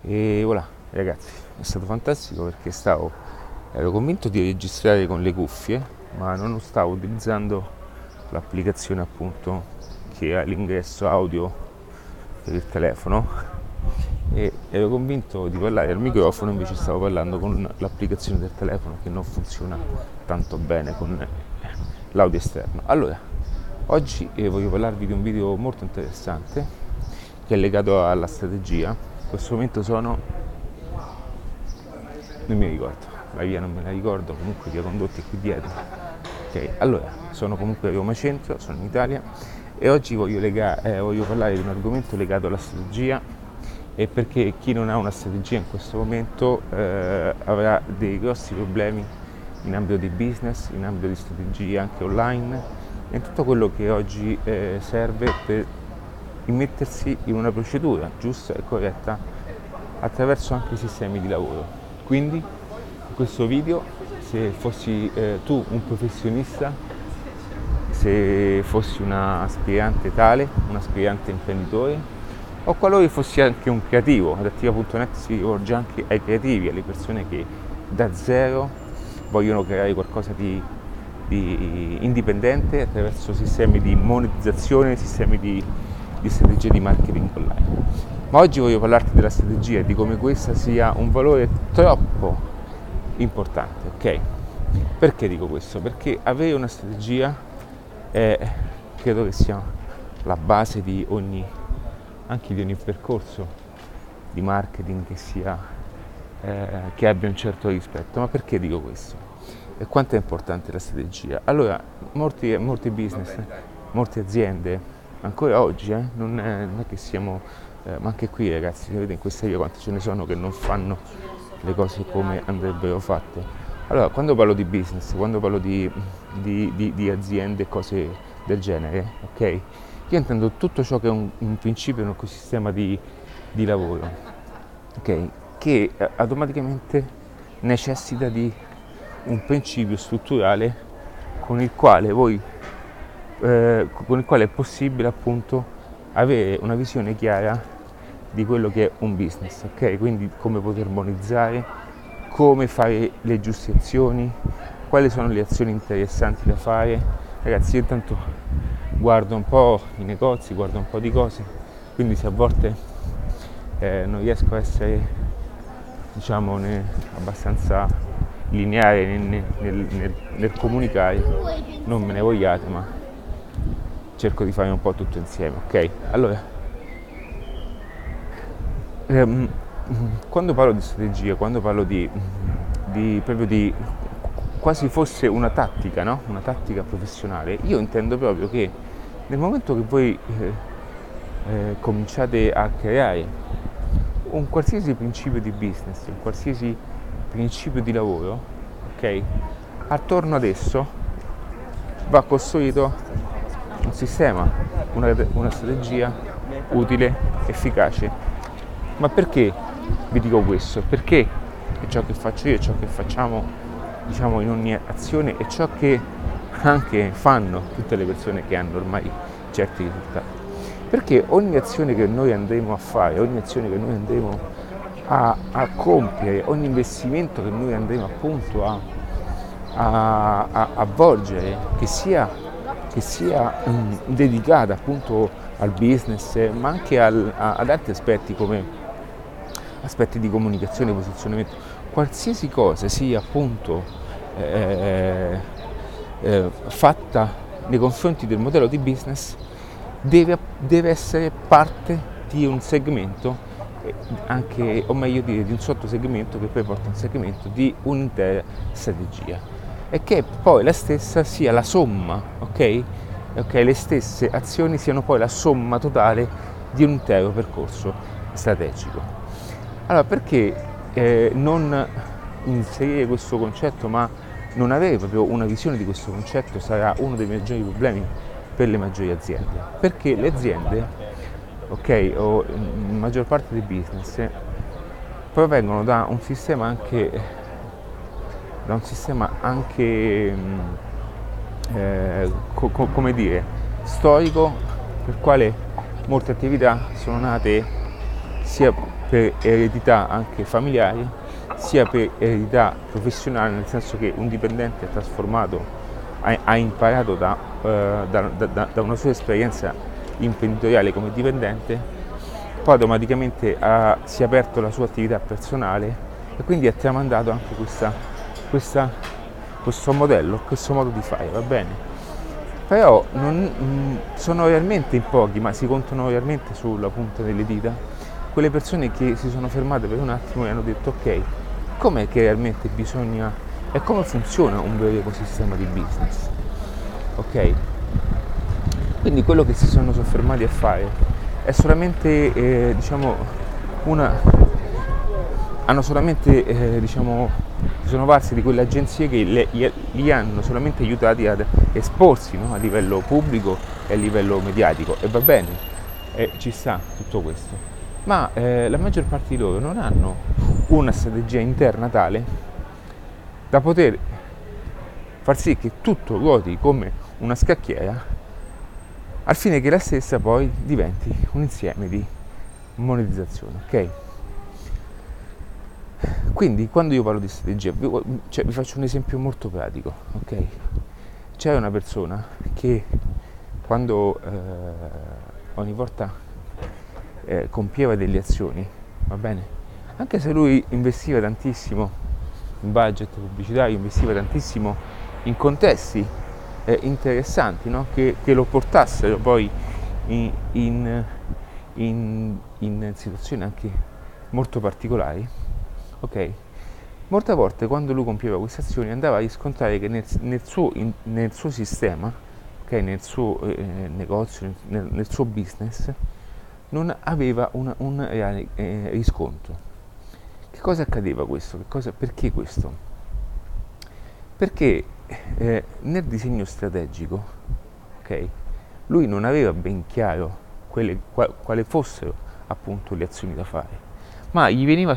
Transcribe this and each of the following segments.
E voilà, ragazzi, è stato fantastico perché ero convinto di registrare con le cuffie, ma non stavo utilizzando l'applicazione appunto che ha l'ingresso audio per il telefono e ero convinto di parlare al microfono, invece stavo parlando con l'applicazione del telefono che non funziona tanto bene con l'audio esterno. Allora, oggi voglio parlarvi di un video molto interessante che è legato alla strategia. In questo momento non mi ricordo, la via non me la ricordo, comunque via Condotti è qui dietro. Ok, allora, sono comunque a Roma Centro, sono in Italia e oggi voglio parlare di un argomento legato alla strategia, e perché chi non ha una strategia in questo momento avrà dei grossi problemi in ambito di business, in ambito di strategia anche online, e in tutto quello che oggi serve per immettersi in una procedura giusta e corretta attraverso anche i sistemi di lavoro. Quindi in questo video, se fossi tu un professionista, se fossi un aspirante tale, un aspirante imprenditore, o qualora fossi anche un creativo, Adattiva.net si rivolge anche ai creativi, alle persone che da zero vogliono creare qualcosa di indipendente attraverso sistemi di monetizzazione, sistemi di strategie di marketing online. Ma oggi voglio parlarti della strategia e di come questa sia un valore troppo importante, ok? Perché dico questo? Perché avere una strategia credo che sia la base di ogni percorso di marketing che abbia un certo rispetto. Ma perché dico questo? E quanto è importante la strategia? Allora, molti business, molte aziende, ancora oggi, non è che siamo, ma anche qui ragazzi, vedete in questa via quante ce ne sono che non fanno le cose come andrebbero fatte. Allora, quando parlo di business, quando parlo di aziende e cose del genere, ok? Io intendo tutto ciò che è un principio, un ecosistema di lavoro, ok? Che automaticamente necessita di un principio strutturale con il quale è possibile appunto avere una visione chiara di quello che è un business, ok? Quindi come poter monetizzare, come fare le giuste azioni, quali sono le azioni interessanti da fare. Ragazzi, io intanto guardo un po' i negozi, guardo un po' di cose, quindi se a volte non riesco a essere, diciamo, abbastanza lineare nel comunicare, non me ne vogliate, ma cerco di fare un po' tutto insieme, ok? Allora, quando parlo di strategia, quando parlo proprio di quasi fosse una tattica, no? Una tattica professionale, io intendo proprio che nel momento che voi cominciate a creare un qualsiasi principio di business, un qualsiasi principio di lavoro, ok? Attorno ad esso va costruito un sistema, una strategia utile, efficace. Ma perché vi dico questo? Perché è ciò che faccio io, è ciò che facciamo, diciamo, in ogni azione, e ciò che anche fanno tutte le persone che hanno ormai certi risultati. Perché ogni azione che noi andremo a fare, ogni azione che noi andremo a compiere, ogni investimento che noi andremo appunto a volgere, che sia dedicata appunto al business, ma anche ad altri aspetti come aspetti di comunicazione, posizionamento, qualsiasi cosa sia appunto fatta nei confronti del modello di business deve essere parte di un segmento, anche, o meglio dire, di un sottosegmento che poi porta a un segmento di un'intera strategia, e che poi la stessa sia la somma, ok? Le stesse azioni siano poi la somma totale di un intero percorso strategico. Allora, perché non inserire questo concetto, ma non avere proprio una visione di questo concetto sarà uno dei maggiori problemi per le maggiori aziende? Perché le aziende, ok, o la maggior parte dei business provengono da un sistema anche come dire, storico, per quale molte attività sono nate sia per eredità anche familiari, sia per eredità professionale, nel senso che un dipendente è trasformato, ha imparato da una sua esperienza imprenditoriale come dipendente, poi automaticamente si è aperto la sua attività personale e quindi è tramandato anche questo modello, questo modo di fare, va bene? Però sono realmente in pochi, ma si contano realmente sulla punta delle dita, quelle persone che si sono fermate per un attimo e hanno detto ok, com'è che realmente bisogna e come funziona un vero ecosistema di business, ok? Quindi quello che si sono soffermati a fare è solamente hanno solamente si sono varsi di quelle agenzie che li hanno solamente aiutati ad esporsi, no? A livello pubblico e a livello mediatico, e va bene, ci sta tutto questo, ma la maggior parte di loro non hanno una strategia interna tale da poter far sì che tutto ruoti come una scacchiera, al fine che la stessa poi diventi un insieme di monetizzazione, ok? Quindi quando io parlo di strategia, vi faccio un esempio molto pratico, ok? C'è una persona che quando ogni volta compieva delle azioni, va bene? Anche se lui investiva tantissimo in budget pubblicitario, investiva tantissimo in contesti interessanti, no? che lo portassero poi in situazioni anche molto particolari, ok? Molte volte quando lui compieva queste azioni andava a riscontrare che nel suo sistema, okay, nel suo negozio, nel suo business, non aveva un reale riscontro. Che cosa accadeva questo? Perché questo? Perché nel disegno strategico, ok, lui non aveva ben chiaro quali fossero appunto le azioni da fare, ma gli veniva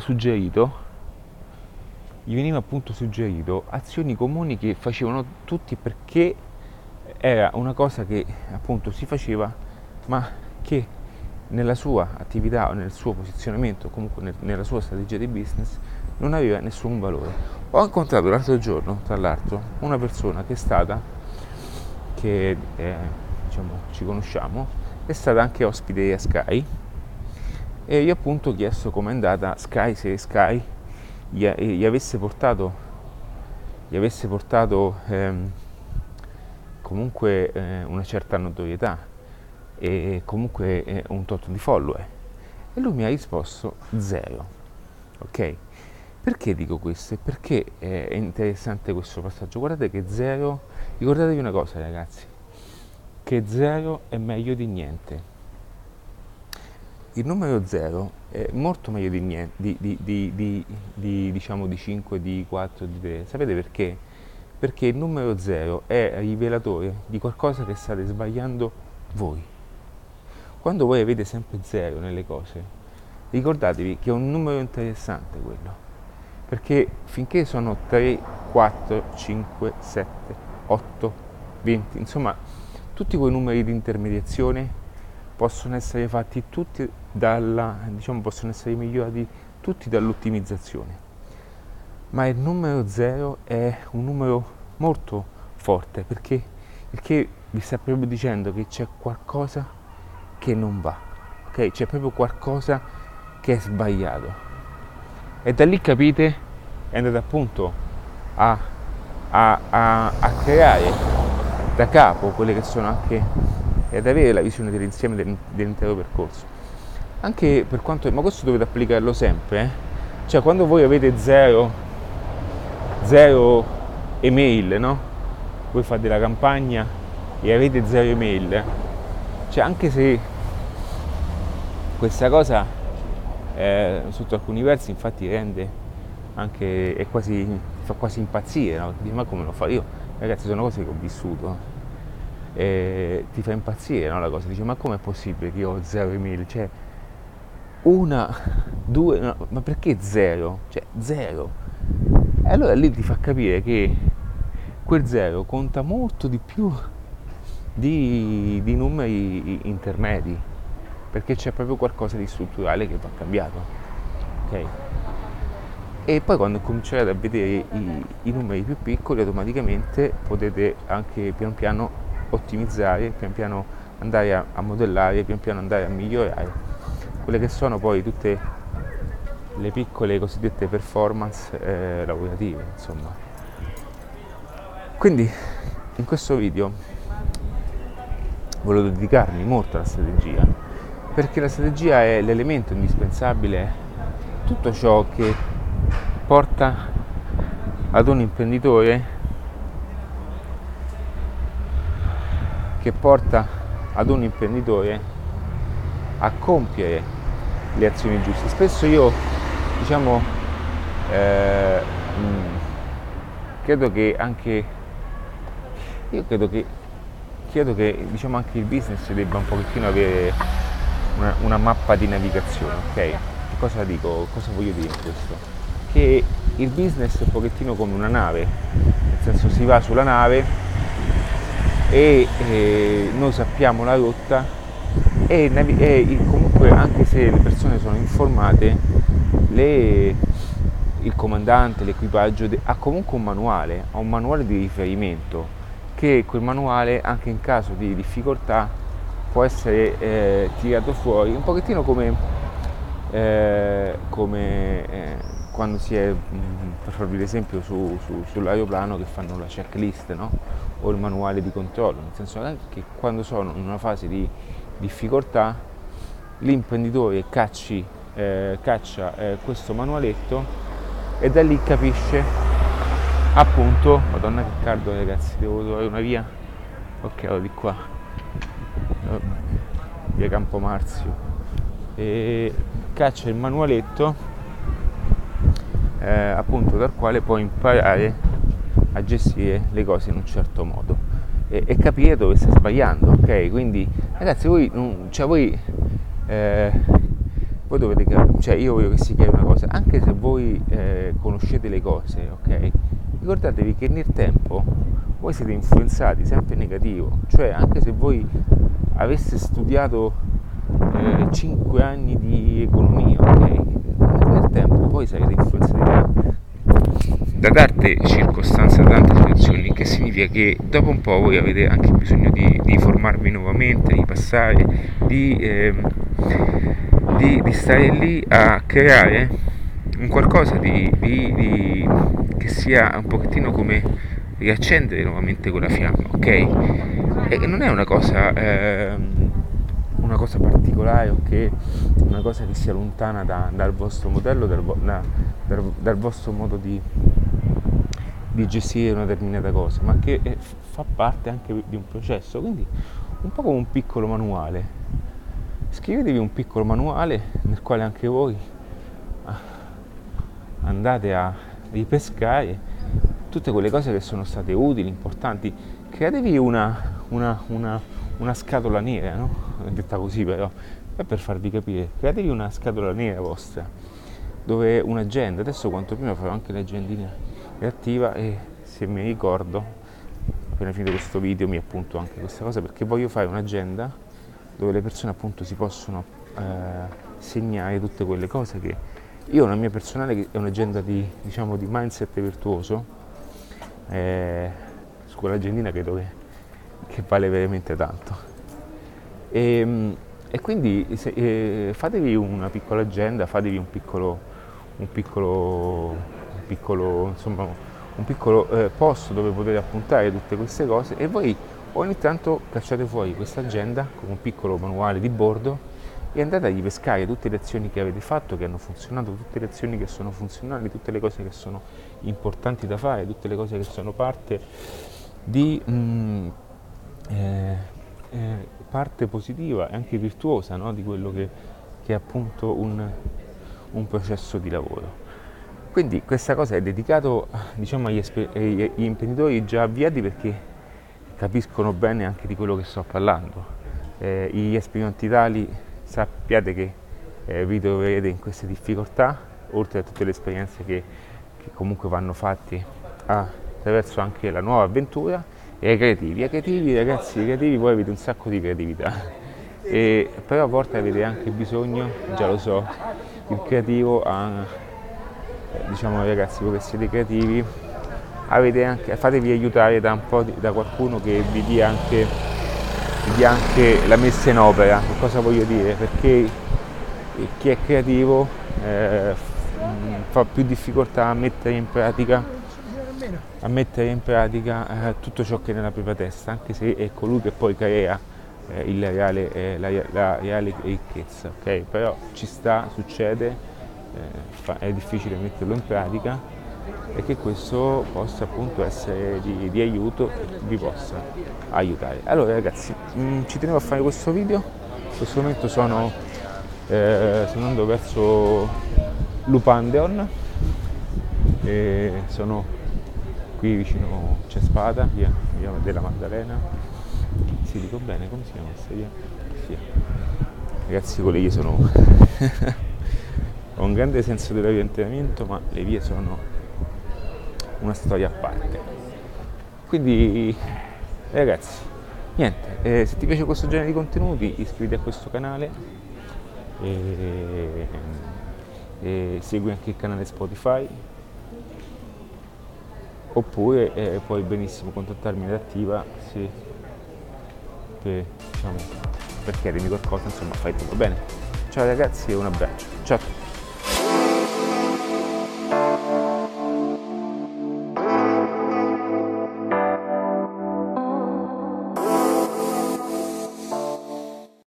appunto suggerito azioni comuni che facevano tutti, perché era una cosa che appunto si faceva, ma che nella sua attività o nel suo posizionamento, comunque nella sua strategia di business, non aveva nessun valore. Ho incontrato l'altro giorno, tra l'altro, una persona che è stata, ci conosciamo, è stata anche ospite a Sky, e io appunto ho chiesto com'è andata Sky, se Sky gli avesse portato comunque una certa notorietà e comunque un tot di follower, e lui mi ha risposto 0, ok? Perché dico questo? E perché è interessante questo passaggio? Guardate che 0, ricordatevi una cosa ragazzi, che 0 è meglio di niente. Il numero 0 è molto meglio di niente, diciamo di 5, di 4, di 3. Sapete perché? Perché il numero 0 è rivelatore di qualcosa che state sbagliando voi. Quando voi avete sempre 0 nelle cose, ricordatevi che è un numero interessante quello, perché finché sono 3, 4, 5, 7, 8, 20, insomma tutti quei numeri di intermediazione possono essere fatti tutti possono essere migliorati tutti dall'ottimizzazione, ma il numero 0 è un numero molto forte, perché vi sta proprio dicendo che c'è qualcosa che non va, ok? C'è proprio qualcosa che è sbagliato, e da lì capite, è andate appunto a creare da capo quelle che sono anche, ed avere la visione dell'insieme dell'intero percorso, anche per quanto, ma questo dovete applicarlo sempre, cioè quando voi avete 0 email, no? Voi fate la campagna e avete 0 email, cioè anche se questa cosa sotto alcuni versi infatti rende anche, fa quasi impazzire, no? Dici, ma come lo fa? Io ragazzi, sono cose che ho vissuto, ti fa impazzire, no, la cosa, dice ma com'è possibile che io ho 0 email, cioè 1, 2, no, ma perché 0? Cioè 0, e allora lì ti fa capire che quel 0 conta molto di più di numeri intermedi, perché c'è proprio qualcosa di strutturale che va cambiato, ok? E poi quando comincerete a vedere i numeri più piccoli, automaticamente potete anche pian piano ottimizzare, pian piano andare a modellare, pian piano andare a migliorare quelle che sono poi tutte le piccole cosiddette performance lavorative, insomma. Quindi in questo video volevo dedicarmi molto alla strategia, perché la strategia è l'elemento indispensabile, tutto ciò che porta ad un imprenditore, a compiere le azioni giuste. Spesso io credo che anche anche il business debba un pochettino avere una mappa di navigazione, ok? Cosa dico? Cosa voglio dire in questo? Che il business è un pochettino come una nave, nel senso si va sulla nave e noi sappiamo la rotta e comunque, anche se le persone sono informate, il comandante, l'equipaggio ha comunque un manuale di riferimento, che quel manuale anche in caso di difficoltà può essere tirato fuori, un pochettino come quando si è, per farvi l'esempio, sull'aeroplano, che fanno la checklist, no? O il manuale di controllo, nel senso che quando sono in una fase di difficoltà l'imprenditore caccia questo manualetto e da lì capisce, appunto, madonna che caldo ragazzi, devo trovare una via, ok, vado di qua, via Campo Marzio, e caccia il manualetto appunto dal quale può imparare a gestire le cose in un certo modo e capire dove sta sbagliando, ok? Quindi ragazzi, voi dovete capire, io voglio che si chiari una cosa, anche se voi conoscete le cose, ok? Ricordatevi che nel tempo voi siete influenzati sempre in negativo, cioè anche se voi aveste studiato 5 anni di economia, ok? Nel tempo poi sarete influenzati da tante circostanze, da tante situazioni, che significa che dopo un po' voi avete anche bisogno di formarvi nuovamente, di passare, di stare lì a creare un qualcosa che sia un pochettino come riaccendere nuovamente quella fiamma, ok? E non è una cosa particolare, ok? Una cosa che sia lontana dal vostro modello, dal vostro modo di gestire una determinata cosa, ma che fa parte anche di un processo, quindi un po' come un piccolo manuale. Scrivetevi un piccolo manuale nel quale anche voi andate a ripescare tutte quelle cose che sono state utili, importanti. Createvi una scatola nera, no? Detta così, però è per farvi capire. Createvi una scatola nera vostra, dove un'agenda, adesso quanto prima farò anche l'agendina attiva, e se mi ricordo appena finito questo video mi appunto anche questa cosa, perché voglio fare un'agenda dove le persone appunto si possono segnare tutte quelle cose che io, la mia personale, è un'agenda di mindset virtuoso, su quell'agendina credo che vale veramente tanto, e quindi fatevi una piccola agenda, fatevi un piccolo posto dove potete appuntare tutte queste cose, e voi ogni tanto cacciate fuori questa agenda con un piccolo manuale di bordo e andate a ripescare tutte le azioni che avete fatto, che hanno funzionato, tutte le azioni che sono funzionali, tutte le cose che sono importanti da fare, tutte le cose che sono parte di parte positiva e anche virtuosa, no? Di quello che è appunto un processo di lavoro. Quindi questa cosa è dedicato agli imprenditori già avviati, perché capiscono bene anche di quello che sto parlando. Gli aspiranti tali, sappiate che vi troverete in queste difficoltà, oltre a tutte le esperienze che comunque vanno fatte attraverso anche la nuova avventura. E ai creativi ragazzi, poi avete un sacco di creatività, però a volte avete anche bisogno, già lo so, il creativo ha, diciamo ragazzi, voi che siete creativi, fatevi aiutare da da qualcuno che vi dia anche la messa in opera. Cosa voglio dire? Perché chi è creativo fa più difficoltà a mettere in pratica tutto ciò che è nella propria testa, anche se è colui che poi crea la reale ricchezza, ok? Però ci sta, succede, è difficile metterlo in pratica, e che questo possa appunto essere di aiuto e vi possa aiutare. Allora ragazzi, ci tenevo a fare questo video. In questo momento sono andando verso Lupandeon e sono qui vicino Cespada, via della Maddalena. Sì, dico bene, come si chiama questa via? Sì. Ragazzi, quelle vie sono ho un grande senso dell'orientamento, ma le vie sono una storia a parte. Quindi ragazzi, niente, se ti piace questo genere di contenuti iscriviti a questo canale e segui anche il canale Spotify, oppure puoi benissimo contattarmi in attiva per chiedermi qualcosa, insomma fai tutto bene. Ciao ragazzi e un abbraccio, ciao a tutti.